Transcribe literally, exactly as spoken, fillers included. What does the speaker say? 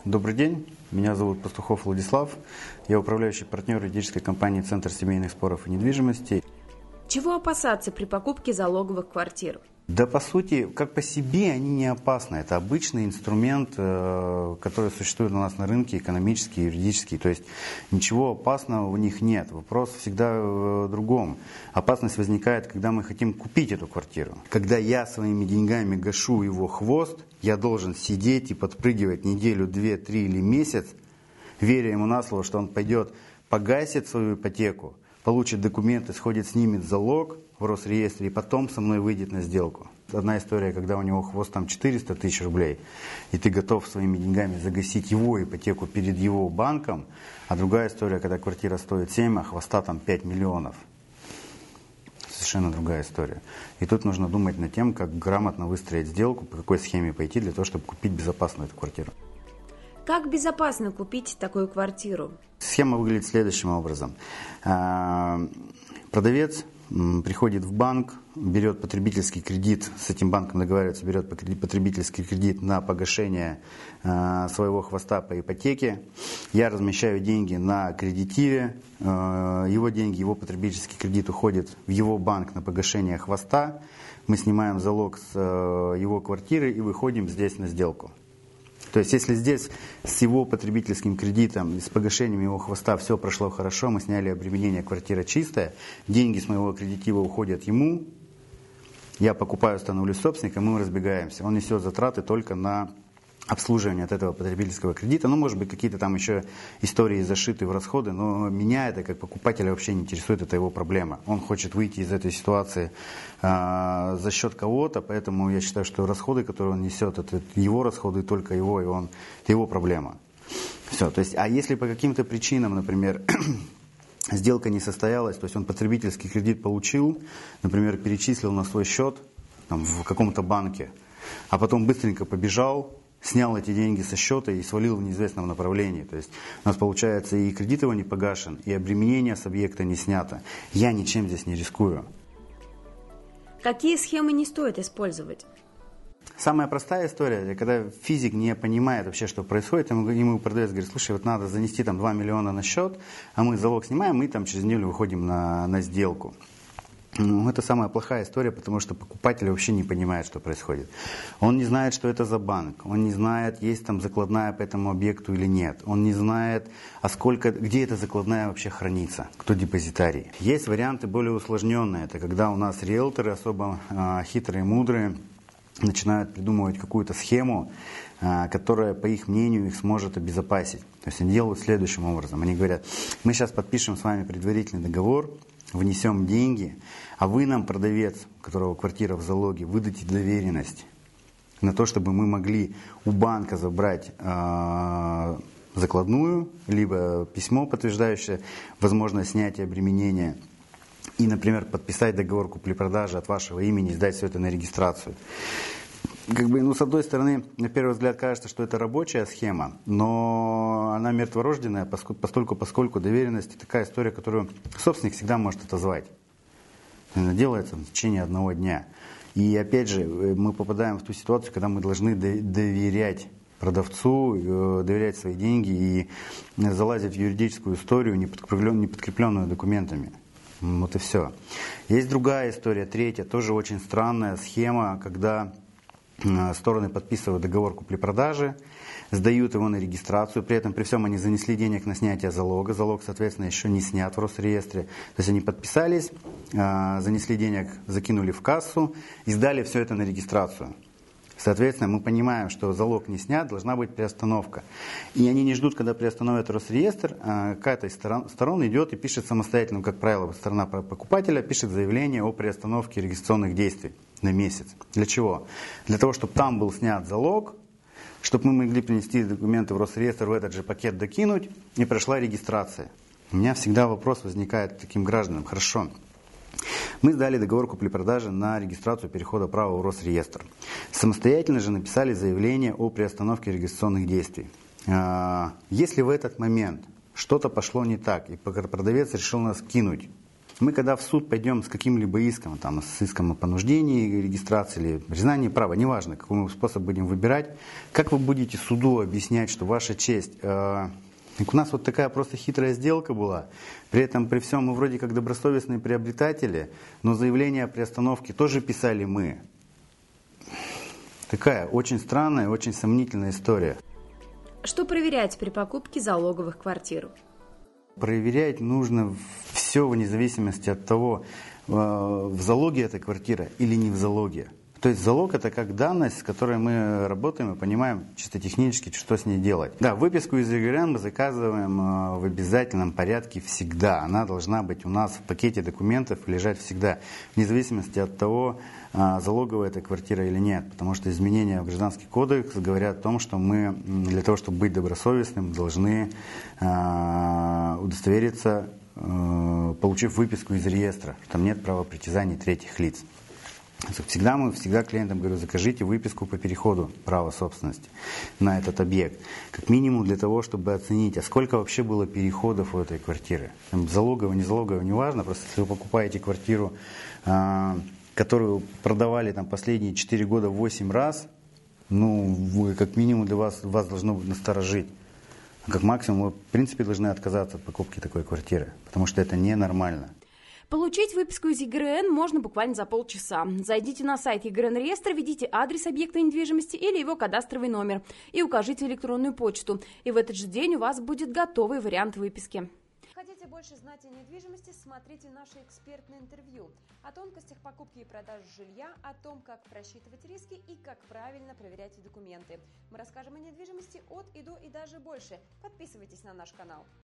Добрый день, меня зовут Пастухов Владислав, я управляющий партнер юридической компании «Центр семейных споров и недвижимости». Чего опасаться при покупке залоговых квартир? Да, по сути, как по себе они не опасны. Это обычный инструмент, который существует у нас на рынке, экономический, юридический. То есть ничего опасного в них нет. Вопрос всегда в другом. Опасность возникает, когда мы хотим купить эту квартиру. Когда я своими деньгами гашу его хвост, я должен сидеть и подпрыгивать неделю, две, три или месяц, веря ему на слово, что он пойдет, погасит свою ипотеку, получит документы, сходит, снимет залог в Росреестре и потом со мной выйдет на сделку. Одна история, когда у него хвост там четыреста тысяч рублей, и ты готов своими деньгами загасить его ипотеку перед его банком, а другая история, когда квартира стоит семь, а хвоста там пять миллионов. Совершенно другая история. И тут нужно думать над тем, как грамотно выстроить сделку, по какой схеме пойти для того, чтобы купить безопасную эту квартиру. Как безопасно купить такую квартиру? Схема выглядит следующим образом. Продавец приходит в банк, берет потребительский кредит, с этим банком договаривается, берет потребительский кредит на погашение своего хвоста по ипотеке. Я размещаю деньги на кредитиве, его деньги, его потребительский кредит уходит в его банк на погашение хвоста. Мы снимаем залог с его квартиры и выходим здесь на сделку. То есть, если здесь с его потребительским кредитом и с погашением его хвоста все прошло хорошо, мы сняли обременение, квартира чистая, деньги с моего кредитива уходят ему, я покупаю, становлюсь собственником, мы разбегаемся. Он несет затраты только на обслуживание от этого потребительского кредита. Ну, может быть, какие-то там еще истории зашиты в расходы, но меня это как покупателя вообще не интересует, это его проблема. Он хочет выйти из этой ситуации э, за счет кого-то, поэтому я считаю, что расходы, которые он несет, это его расходы, только его, и он, это его проблема. Все, то есть, а если по каким-то причинам, например, сделка не состоялась, то есть он потребительский кредит получил, например, перечислил на свой счет там, в каком-то банке, а потом быстренько побежал, снял эти деньги со счета и свалил в неизвестном направлении. То есть у нас получается и кредит его не погашен, и обременение с объекта не снято. Я ничем здесь не рискую. Какие схемы не стоит использовать? Самая простая история, когда физик не понимает вообще, что происходит, ему, ему продавец говорит: слушай, вот надо занести там два миллиона на счет, а мы залог снимаем, и там через неделю выходим на, на сделку. Ну, это самая плохая история, потому что покупатель вообще не понимает, что происходит. Он не знает, что это за банк, он не знает, есть там закладная по этому объекту или нет. Он не знает, а сколько, где эта закладная вообще хранится, кто депозитарий. Есть варианты более усложненные. Это когда у нас риэлторы особо э, хитрые, мудрые, начинают придумывать какую-то схему, э, которая, по их мнению, их сможет обезопасить. То есть они делают следующим образом. Они говорят: мы сейчас подпишем с вами предварительный договор, внесем деньги, а вы нам, продавец, у которого квартира в залоге, выдадите доверенность на то, чтобы мы могли у банка забрать э, закладную, либо письмо, подтверждающее возможность снятия обременения, и, например, подписать договор купли-продажи от вашего имени и сдать все это на регистрацию. Как бы, ну, с одной стороны, на первый взгляд кажется, что это рабочая схема, но она мертворожденная, поскольку, поскольку доверенность – такая история, которую собственник всегда может отозвать. Она делается в течение одного дня. И опять же, мы попадаем в ту ситуацию, когда мы должны доверять продавцу, доверять свои деньги и залазить в юридическую историю, не подкрепленную, не подкрепленную документами. Вот и все. Есть другая история, третья, тоже очень странная схема, когда стороны подписывают договор купли-продажи, сдают его на регистрацию, при этом при всем они занесли денег на снятие залога, залог, соответственно, еще не снят в Росреестре. То есть они подписались, занесли денег, закинули в кассу и сдали все это на регистрацию. Соответственно, мы понимаем, что залог не снят, должна быть приостановка. И они не ждут, когда приостановят Росреестр, а какая-то из сторон, сторон идет и пишет самостоятельно, как правило, сторона покупателя пишет заявление о приостановке регистрационных действий на месяц. Для чего? Для того, чтобы там был снят залог, чтобы мы могли принести документы в Росреестр, в этот же пакет докинуть, и прошла регистрация. У меня всегда вопрос возникает таким гражданам: хорошо, мы сдали договор купли-продажи на регистрацию перехода права в Росреестр. Самостоятельно же написали заявление о приостановке регистрационных действий. Если в этот момент что-то пошло не так, и продавец решил нас кинуть, Мы когда в суд пойдем с каким-либо иском, там, с иском о понуждении, регистрации или признании права, неважно, какой мы способ будем выбирать, как вы будете суду объяснять, что ваша честь, э, у нас вот такая просто хитрая сделка была, при этом при всем мы вроде как добросовестные приобретатели, но заявление о приостановке тоже писали мы. Такая очень странная, очень сомнительная история. Что проверять при покупке залоговых квартир? Проверять нужно все вне зависимости от того, в залоге эта квартира или не в залоге. То есть залог — это как данность, с которой мы работаем и понимаем чисто технически, что с ней делать. Да, выписку из ЕГРН мы заказываем в обязательном порядке всегда. Она должна быть у нас в пакете документов и лежать всегда, вне зависимости от того, залоговая эта квартира или нет. Потому что изменения в Гражданский кодекс говорят о том, что мы для того, чтобы быть добросовестным, должны удостовериться, получив выписку из реестра. Там нет права притязаний третьих лиц. Всегда мы, всегда клиентам говорю, закажите выписку по переходу права собственности на этот объект. Как минимум для того, чтобы оценить, а сколько вообще было переходов у этой квартиры. Там, залогово, не залогово, не важно. Просто если вы покупаете квартиру, э, которую продавали там, последние четыре года восемь раз, ну, вы, как минимум для вас, вас должно насторожить. А как максимум вы, в принципе, должны отказаться от покупки такой квартиры, потому что это ненормально. Получить выписку из ЕГРН можно буквально за полчаса. Зайдите на сайт ЕГРН-реестра, введите адрес объекта недвижимости или его кадастровый номер и укажите электронную почту. И в этот же день у вас будет готовый вариант выписки. Хотите больше знать о недвижимости, смотрите наше экспертное интервью о тонкостях покупки и продажи жилья, о том, как просчитывать риски и как правильно проверять документы. Мы расскажем о недвижимости от и до и даже больше. Подписывайтесь на наш канал.